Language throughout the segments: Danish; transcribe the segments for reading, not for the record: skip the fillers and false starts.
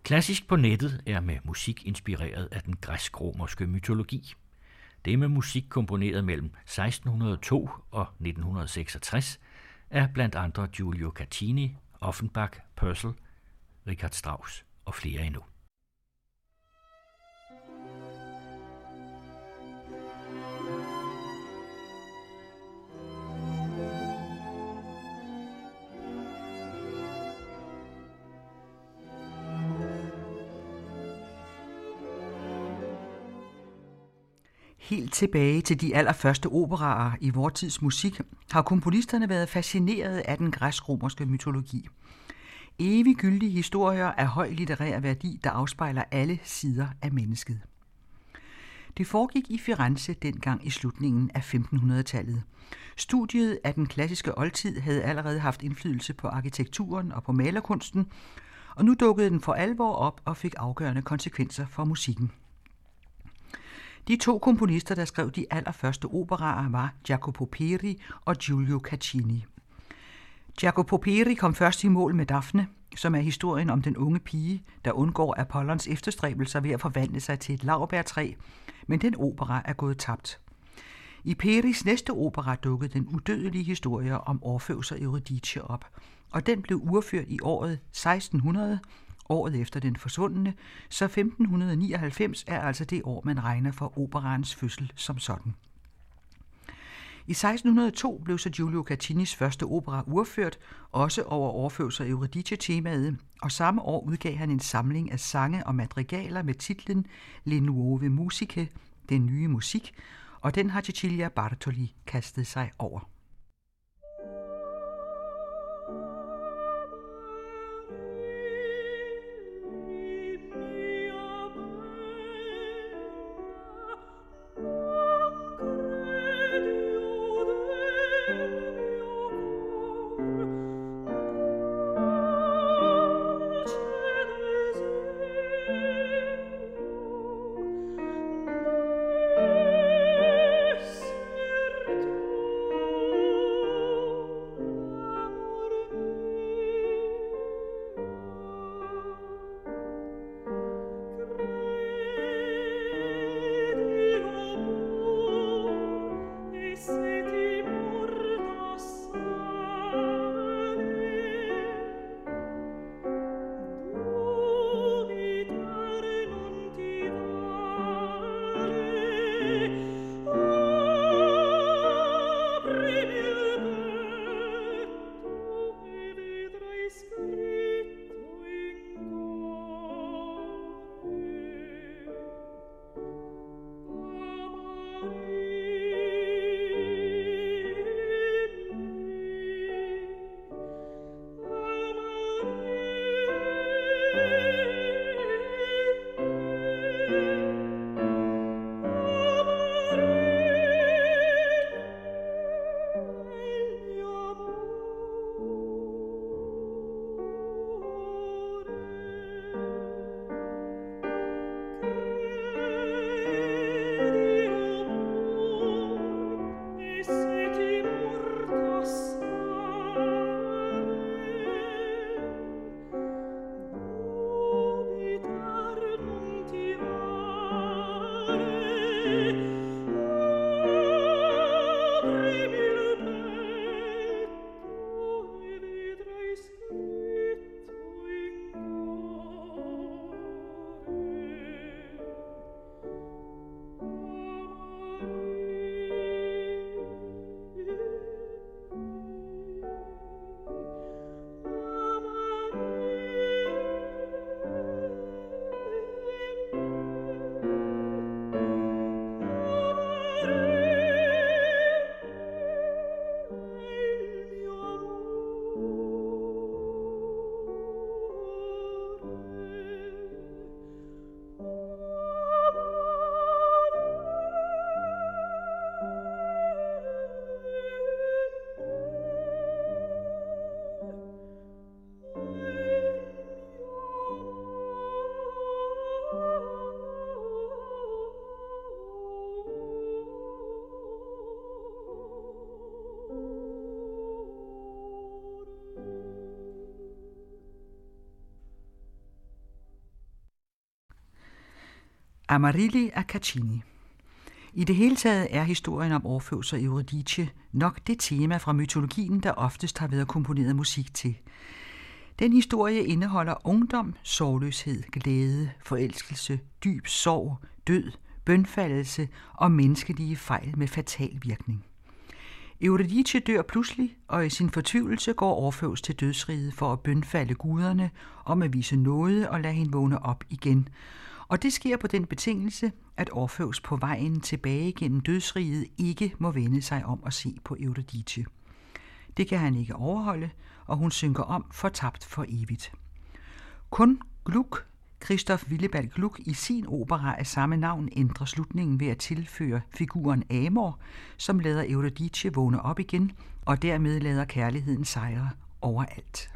Klassisk på nettet er med musik inspireret af den græsk-romerske mytologi. Det er med musik komponeret mellem 1602 og 1966 af blandt andre Giulio Caccini, Offenbach, Purcell, Richard Strauss og flere endnu. Helt tilbage til de allerførste operaer i vor tids musik har komponisterne været fascineret af den græsk-romerske mytologi. Eviggyldige historier af høj litterær værdi, der afspejler alle sider af mennesket. Det foregik i Firenze dengang i slutningen af 1500-tallet. Studiet af den klassiske oldtid havde allerede haft indflydelse på arkitekturen og på malerkunsten, og nu dukkede den for alvor op og fik afgørende konsekvenser for musikken. De to komponister, der skrev de allerførste operaer, var Jacopo Peri og Giulio Caccini. Jacopo Peri kom først i mål med Daphne, som er historien om den unge pige, der undgår Apollons efterstræbelser ved at forvandle sig til et laurbærtræ, men den opera er gået tabt. I Peris næste opera dukkede den udødelige historie om Orfeus og Eurydice op, og den blev urført i året 1600, året efter den forsvundne, så 1599 er altså det år, man regner for operaens fødsel som sådan. I 1602 blev så Giulio Caccinis første opera urført, også over Orfeus og Eurydice-temaet, og samme år udgav han en samling af sange og madrigaler med titlen Le Nuove Musiche, den nye musik, og den har Cecilia Bartoli kastet sig over. Amarilli af Caccini. I det hele taget er historien om Orfeus og Eurydice nok det tema fra mytologien, der oftest har været komponeret musik til. Den historie indeholder ungdom, sorgløshed, glæde, forelskelse, dyb sorg, død, bønfaldelse og menneskelige fejl med fatal virkning. Eurydice dør pludselig, og i sin fortvivlelse går Orfeus til dødsriget for at bønfalde guderne om at vise nåde og lade hende vågne op igen. Og det sker på den betingelse, at Orfeus på vejen tilbage gennem dødsriget ikke må vende sig om at se på Eurydice. Det kan han ikke overholde, og hun synker om fortabt for evigt. Kun Gluck, Christoph Willibald Gluck, i sin opera af samme navn ændrer slutningen ved at tilføre figuren Amor, som lader Eurydice vågne op igen, og dermed lader kærligheden sejre overalt.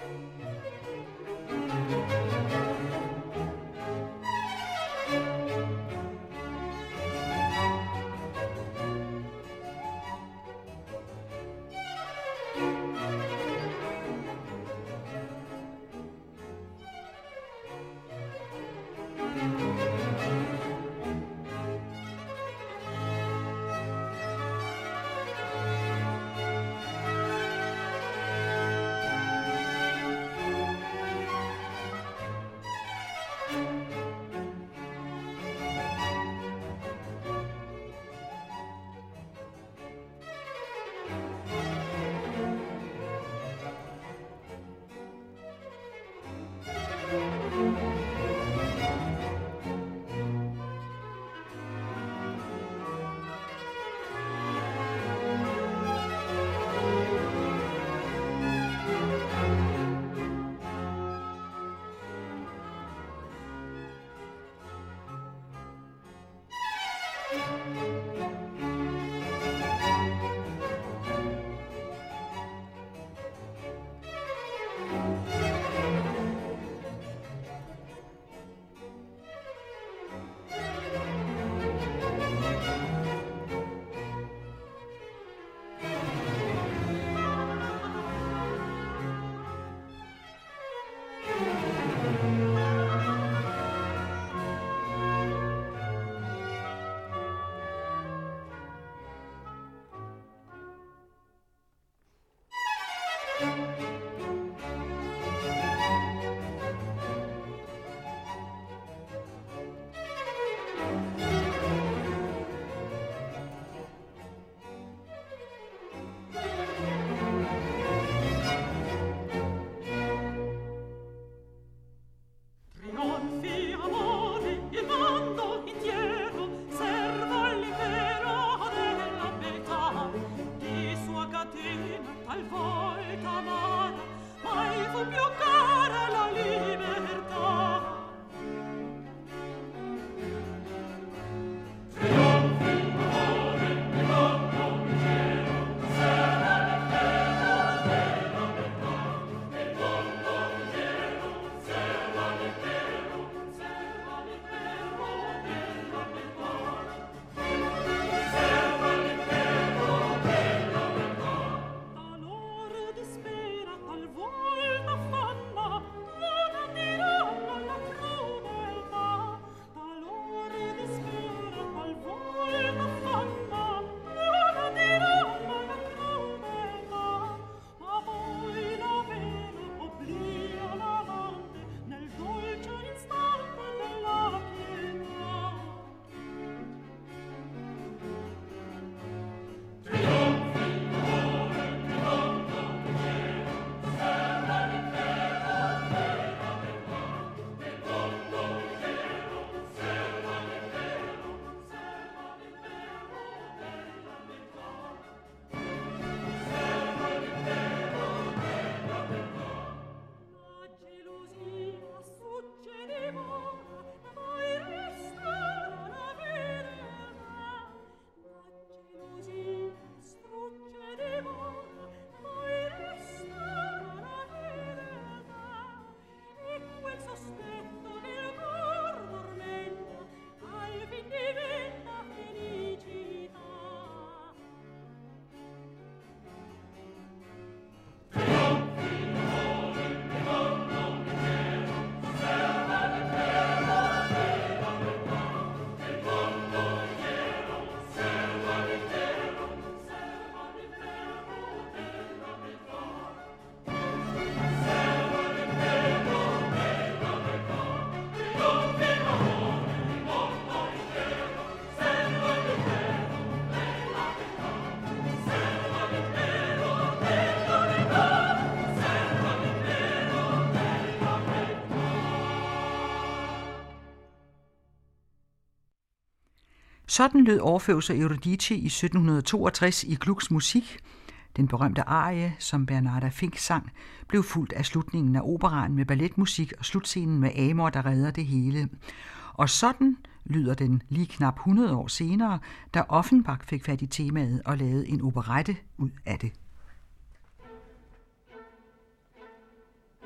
Sådan lød Orpheus og Eurydice i 1762 i Glucks musik. Den berømte arie, som Bernarda Fink sang, blev fulgt af slutningen af operaen med balletmusik og slutscenen med Amor, der redder det hele. Og sådan lyder den lige knap 100 år senere, da Offenbach fik fat i temaet og lavede en operette ud af det.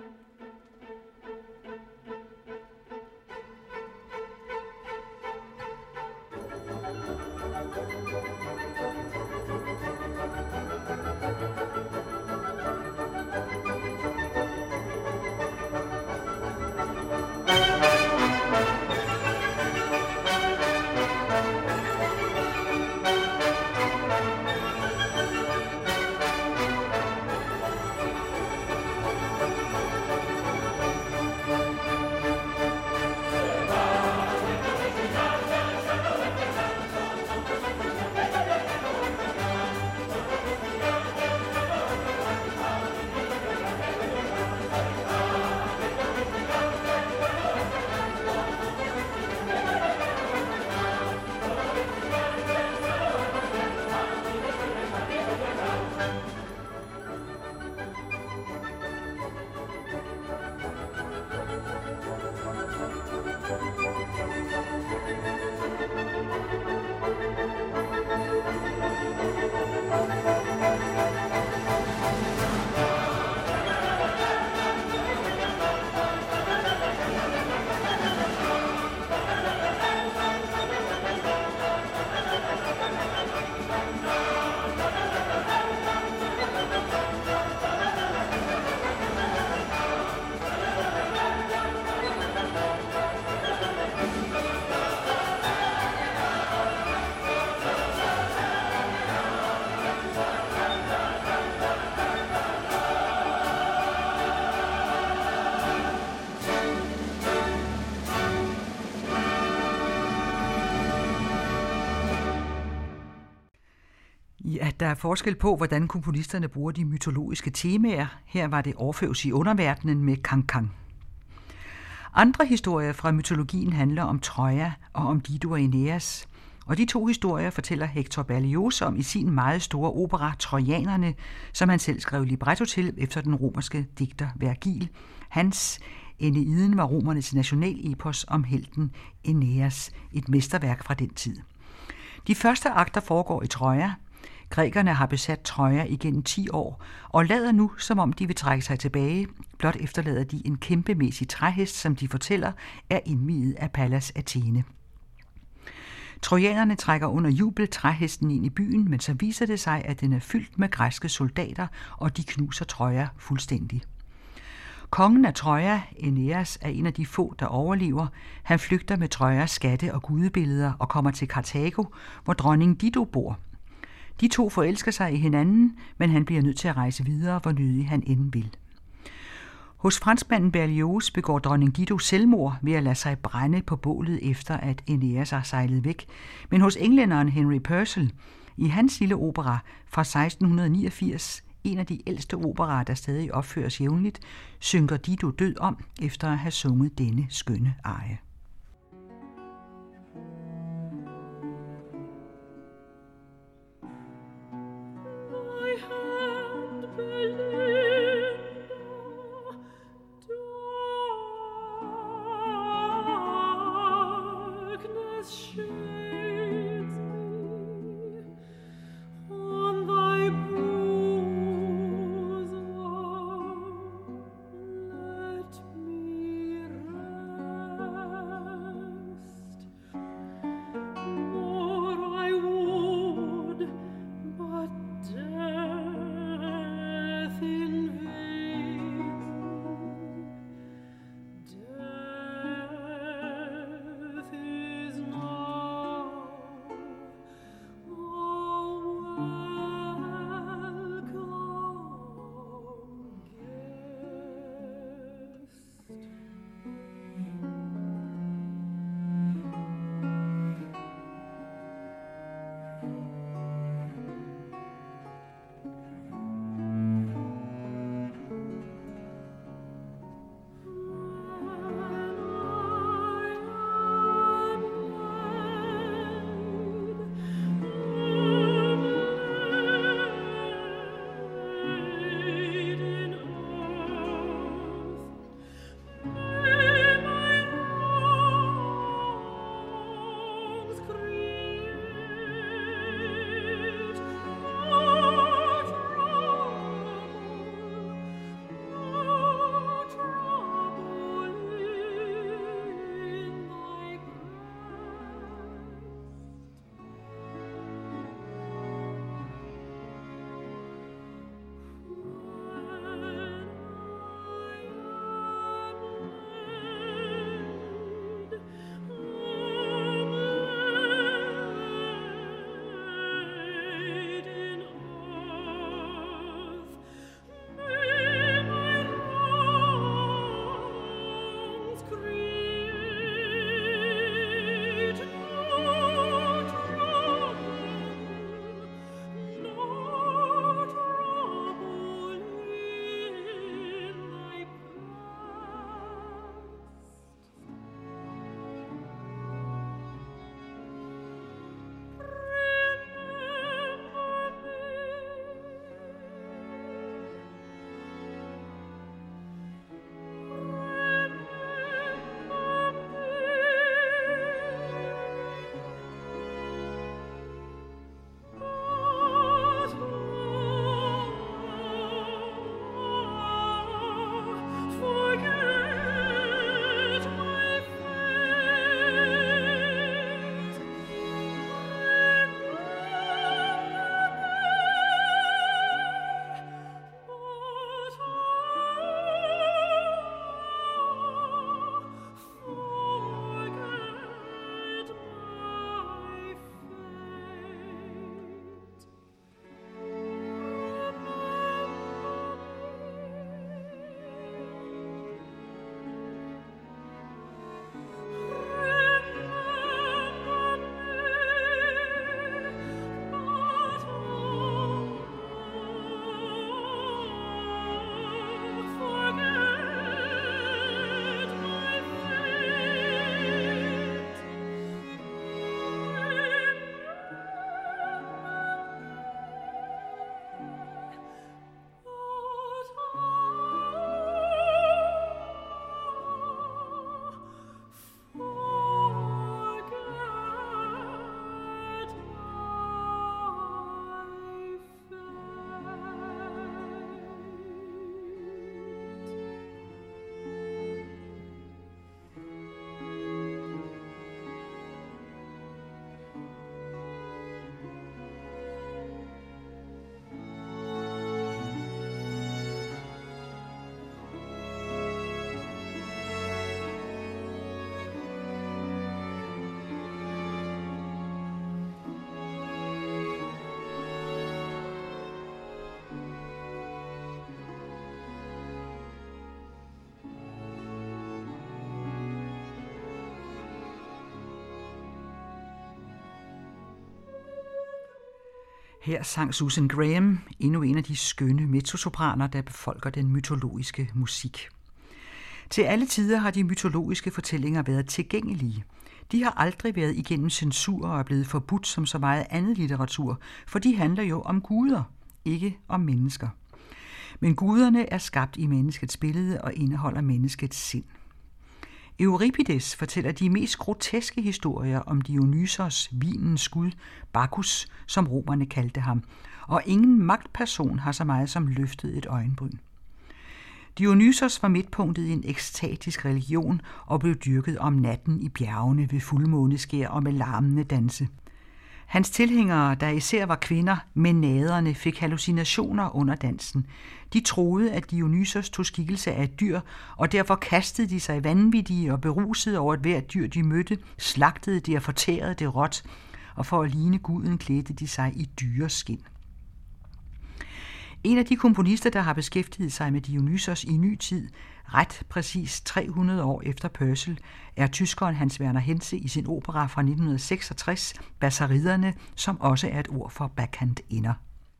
Der er forskel på, hvordan komponisterne bruger de mytologiske temaer. Her var det Orfeus i underverdenen med Cancan. Andre historier fra mytologien handler om Troja og om Dido og Aeneas. Og de to historier fortæller Hector Berlioz om i sin meget store opera Trojanerne, som han selv skrev libretto til efter den romerske digter Vergil. Hans Æneiden var romernes nationalepos om helten Aeneas, et mesterværk fra den tid. De første akter foregår i Troja. Grækerne har besat Troja igennem 10 år og lader nu, som om de vil trække sig tilbage. Blot efterlader de en kæmpemæssig træhest, som de fortæller er indviet af Pallas Athene. Trojanerne trækker under jubel træhesten ind i byen, men så viser det sig, at den er fyldt med græske soldater, og de knuser Troja fuldstændig. Kongen af Troja, Aeneas, er en af de få, der overlever. Han flygter med Trojas skatte og gudebilleder og kommer til Karthago, hvor dronning Dido bor. De to forelsker sig i hinanden, men han bliver nødt til at rejse videre, hvor nødig han end vil. Hos franskmanden Berlioz begår dronning Dido selvmord ved at lade sig brænde på bålet efter, at Aeneas har sejlet væk. Men hos englænderen Henry Purcell, i hans lille opera fra 1689, en af de ældste operaer, der stadig opføres jævnligt, synker Dido død om efter at have sunget denne skønne arie. Her sang Susan Graham, endnu en af de skønne mezzosopraner, der befolker den mytologiske musik. Til alle tider har de mytologiske fortællinger været tilgængelige. De har aldrig været igennem censur og er blevet forbudt som så meget andet litteratur, for de handler jo om guder, ikke om mennesker. Men guderne er skabt i menneskets billede og indeholder menneskets sind. Euripides fortæller de mest groteske historier om Dionysos, vinens gud, Bacchus, som romerne kaldte ham, og ingen magtperson har så meget som løftet et øjenbryn. Dionysos var midtpunktet i en ekstatisk religion og blev dyrket om natten i bjergene ved fuldmåneskær og med larmende danse. Hans tilhængere, der især var kvinder, menaderne, fik hallucinationer under dansen. De troede, at Dionysos tog skikkelse af et dyr, og derfor kastede de sig vanvittige og berusede over et hvert dyr, de mødte, slagtede det og fortærede det råt, og for at ligne guden klædte de sig i dyreskin. En af de komponister, der har beskæftiget sig med Dionysos i ny tid, ret præcis 300 år efter Purcell, er tyskeren Hans Werner Henze i sin opera fra 1966, Bassariderne, som også er et ord for bacchantinder.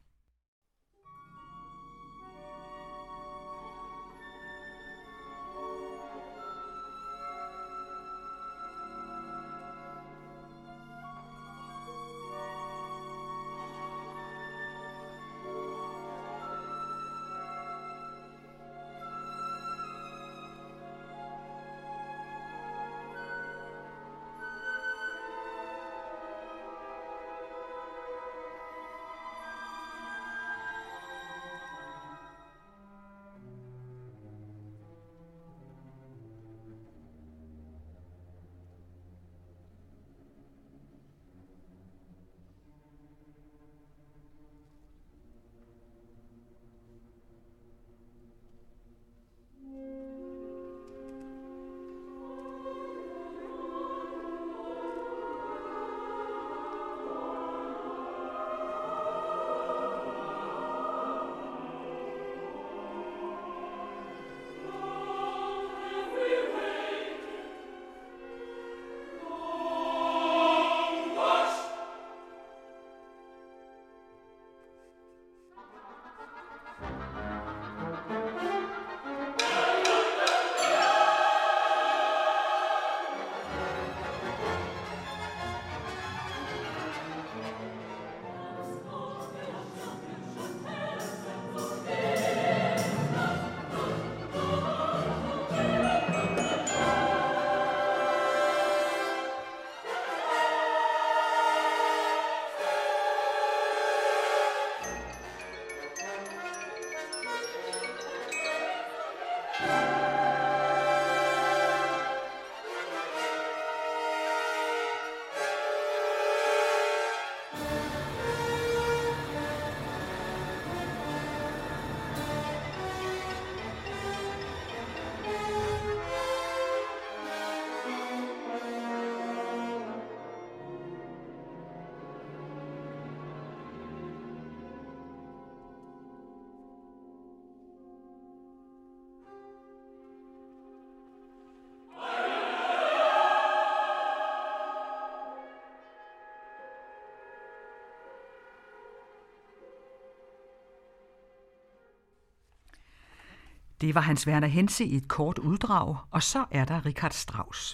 Det var Hans Werner Henze i et kort uddrag, og så er der Richard Strauss.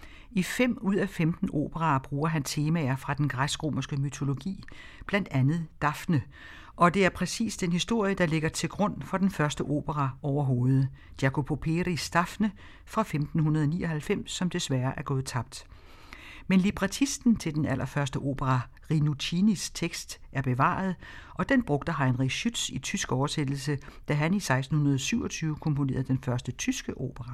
I 5 ud af 15 operaer bruger han temaer fra den græsk-romerske mytologi, blandt andet Daphne, og det er præcis den historie, der ligger til grund for den første opera overhovedet, Jacopo Peris Daphne fra 1599, som desværre er gået tabt. Men librettisten til den allerførste opera, Rinuccinis tekst, er bevaret, og den brugte Heinrich Schütz i tysk oversættelse, da han i 1627 komponerede den første tyske opera.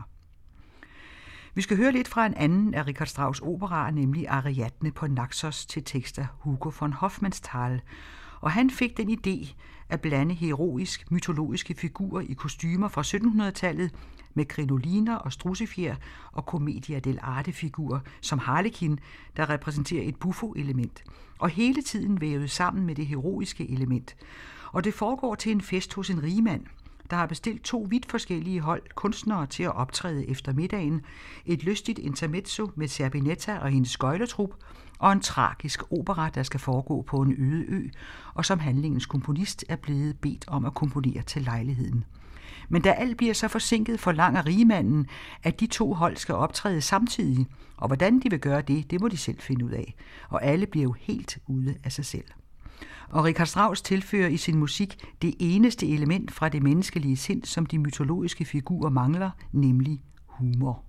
Vi skal høre lidt fra en anden af Richard Strauss' operaer, nemlig Ariadne på Naxos til tekst af Hugo von Hofmannsthal, og han fik den idé at blande heroisk mytologiske figurer i kostymer fra 1700-tallet med krinoliner og strudsefjer og commedia dell'arte-figurer som Harlekin, der repræsenterer et buffo-element, og hele tiden vævet sammen med det heroiske element. Og det foregår til en fest hos en rigmand, der har bestilt 2 vidt forskellige hold kunstnere til at optræde efter middagen, et lystigt intermezzo med Zerbinetta og hendes skøjletrup, og en tragisk opera, der skal foregå på en øde ø, og som handlingens komponist er blevet bedt om at komponere til lejligheden. Men da alt bliver så forsinket, forlanger rigemanden, at de to hold skal optræde samtidig, og hvordan de vil gøre det, det må de selv finde ud af. Og alle bliver jo helt ude af sig selv. Og Richard Strauss tilfører i sin musik det eneste element fra det menneskelige sind, som de mytologiske figurer mangler, nemlig humor.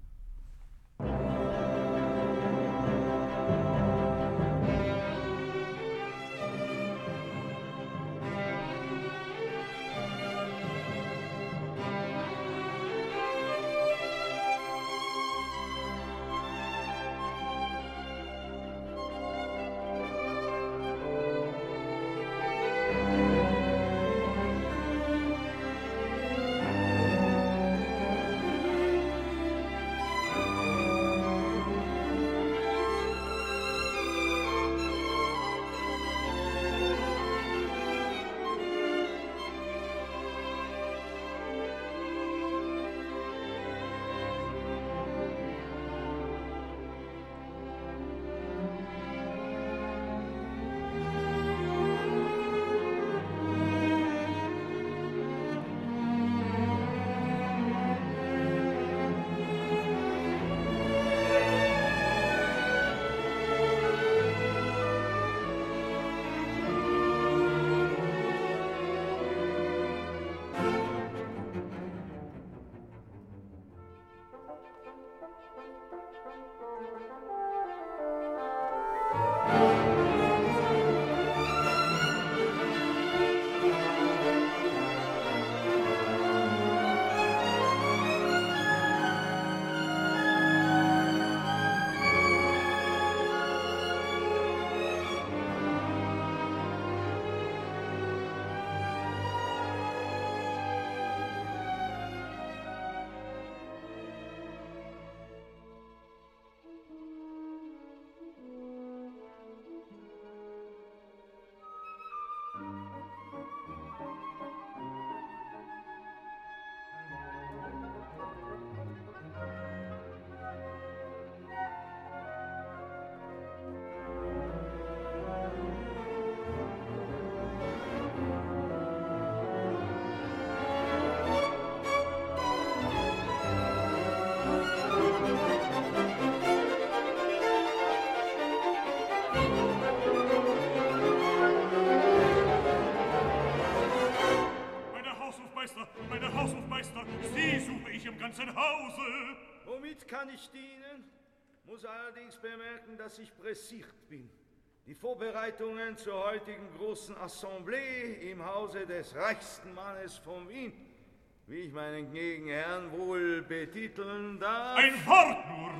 ganzen Hause. Womit kann ich dienen? Muss allerdings bemerken, dass ich pressiert bin. Die Vorbereitungen zur heutigen großen Assemblée im Hause des reichsten Mannes von Wien, wie ich meinen gnädigen Herrn wohl betiteln darf. Ein Wort nur!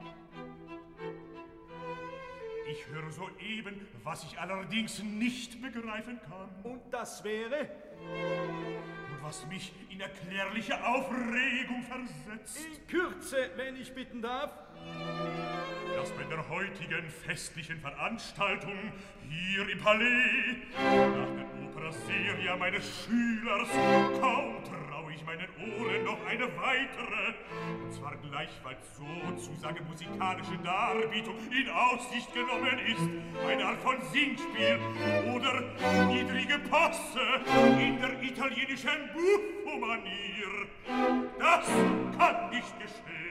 Ich höre soeben, was ich allerdings nicht begreifen kann. Und das wäre? Und was mich in erklärliche Aufregung versetzt. In Kürze, wenn ich bitten darf. Dass bei der heutigen festlichen Veranstaltung hier im Palais nach der Opera-Serie meines Schülers kaum traue ich meinen Ohren noch eine weitere, und zwar gleichfalls sozusagen musikalische Darbietung in Aussicht genommen ist, eine Art von Singspiel oder niedrige Posse in der italienischen Buffo-Manier. Das kann nicht geschehen.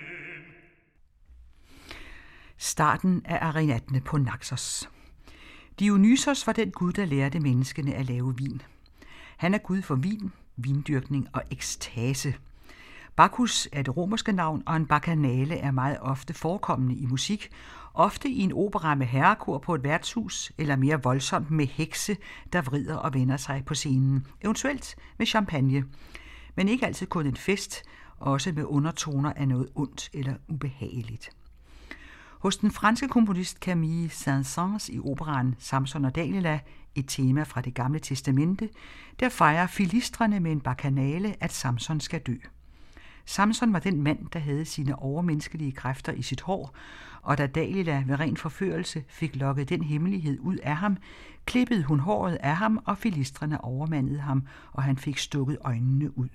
Starten af Ariadne på Naxos. Dionysos var den gud, der lærte menneskene at lave vin. Han er gud for vin, vindyrkning og ekstase. Bacchus er det romerske navn, og en bacchanale er meget ofte forekommende i musik, ofte i en opera med herrekor på et værtshus, eller mere voldsomt med hekse, der vrider og vender sig på scenen, eventuelt med champagne. Men ikke altid kun en fest, også med undertoner af noget ondt eller ubehageligt. Hos den franske komponist Camille Saint-Saëns i operaen Samson og Dalila, et tema fra det gamle testamente, der fejrer filistrene med en bacchanale, at Samson skal dø. Samson var den mand, der havde sine overmenneskelige kræfter i sit hår, og da Dalila ved ren forførelse fik lokket den hemmelighed ud af ham, klippede hun håret af ham, og filistrene overmandede ham, og han fik stukket øjnene ud.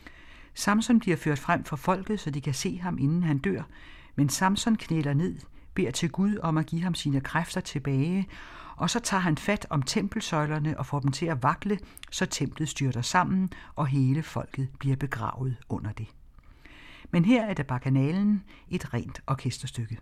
Samson bliver ført frem for folket, så de kan se ham, inden han dør, men Samson knæler ned, beder til Gud om at give ham sine kræfter tilbage, og så tager han fat om tempelsøjlerne og får dem til at vakle, så templet styrter sammen, og hele folket bliver begravet under det. Men her er det Bacchanalen, et rent orkesterstykke.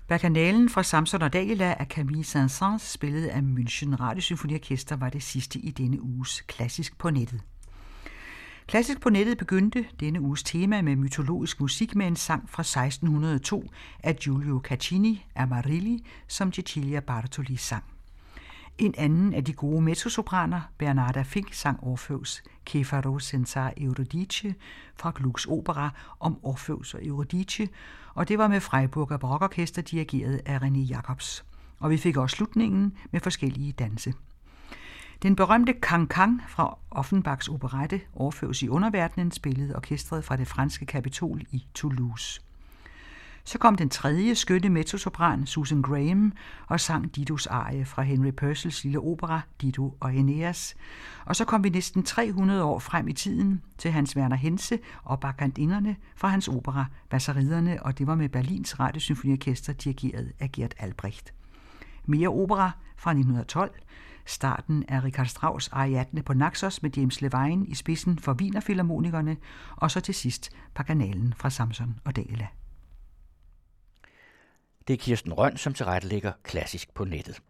Bacchanalen fra Samson og Dalila af Camille Saint-Saëns, spillet af München Radiosymfoniorkester, var det sidste i denne uges Klassisk på nettet. Klassisk på nettet begyndte denne uges tema med mytologisk musik med en sang fra 1602 af Giulio Caccini, Amarilli, som Cecilia Bartoli sang. En anden af de gode mezzosopraner, Bernarda Fink, sang Orfeus Che farò senza Euridice fra Glucks opera om Orfeus og Euridice, og det var med Freiburger Barokorkester dirigeret af René Jacobs. Og vi fik også slutningen med forskellige danse. Den berømte Cancan fra Offenbachs operette Orfeus i underverdenen spillede orkestret fra det franske Kapitol i Toulouse. Så kom den tredje skønne mezzosopran, Susan Graham, og sang Didos arie fra Henry Purcells lille opera, Dido og Aeneas. Og så kom vi næsten 300 år frem i tiden til Hans Werner Henze og Bacchantinderne fra hans opera Vassariderne, og det var med Berlins Radiosymfoniorkester dirigeret af Gert Albrecht. Mere opera fra 1912, starten af Richard Strauss' Ariadne på Naxos med James Levine i spidsen for Wienerfilharmonikerne, og så til sidst Bacchanalen fra Samson og Dalila. Det er Kirsten Rønn, som tilrettelægger Klassisk på nettet.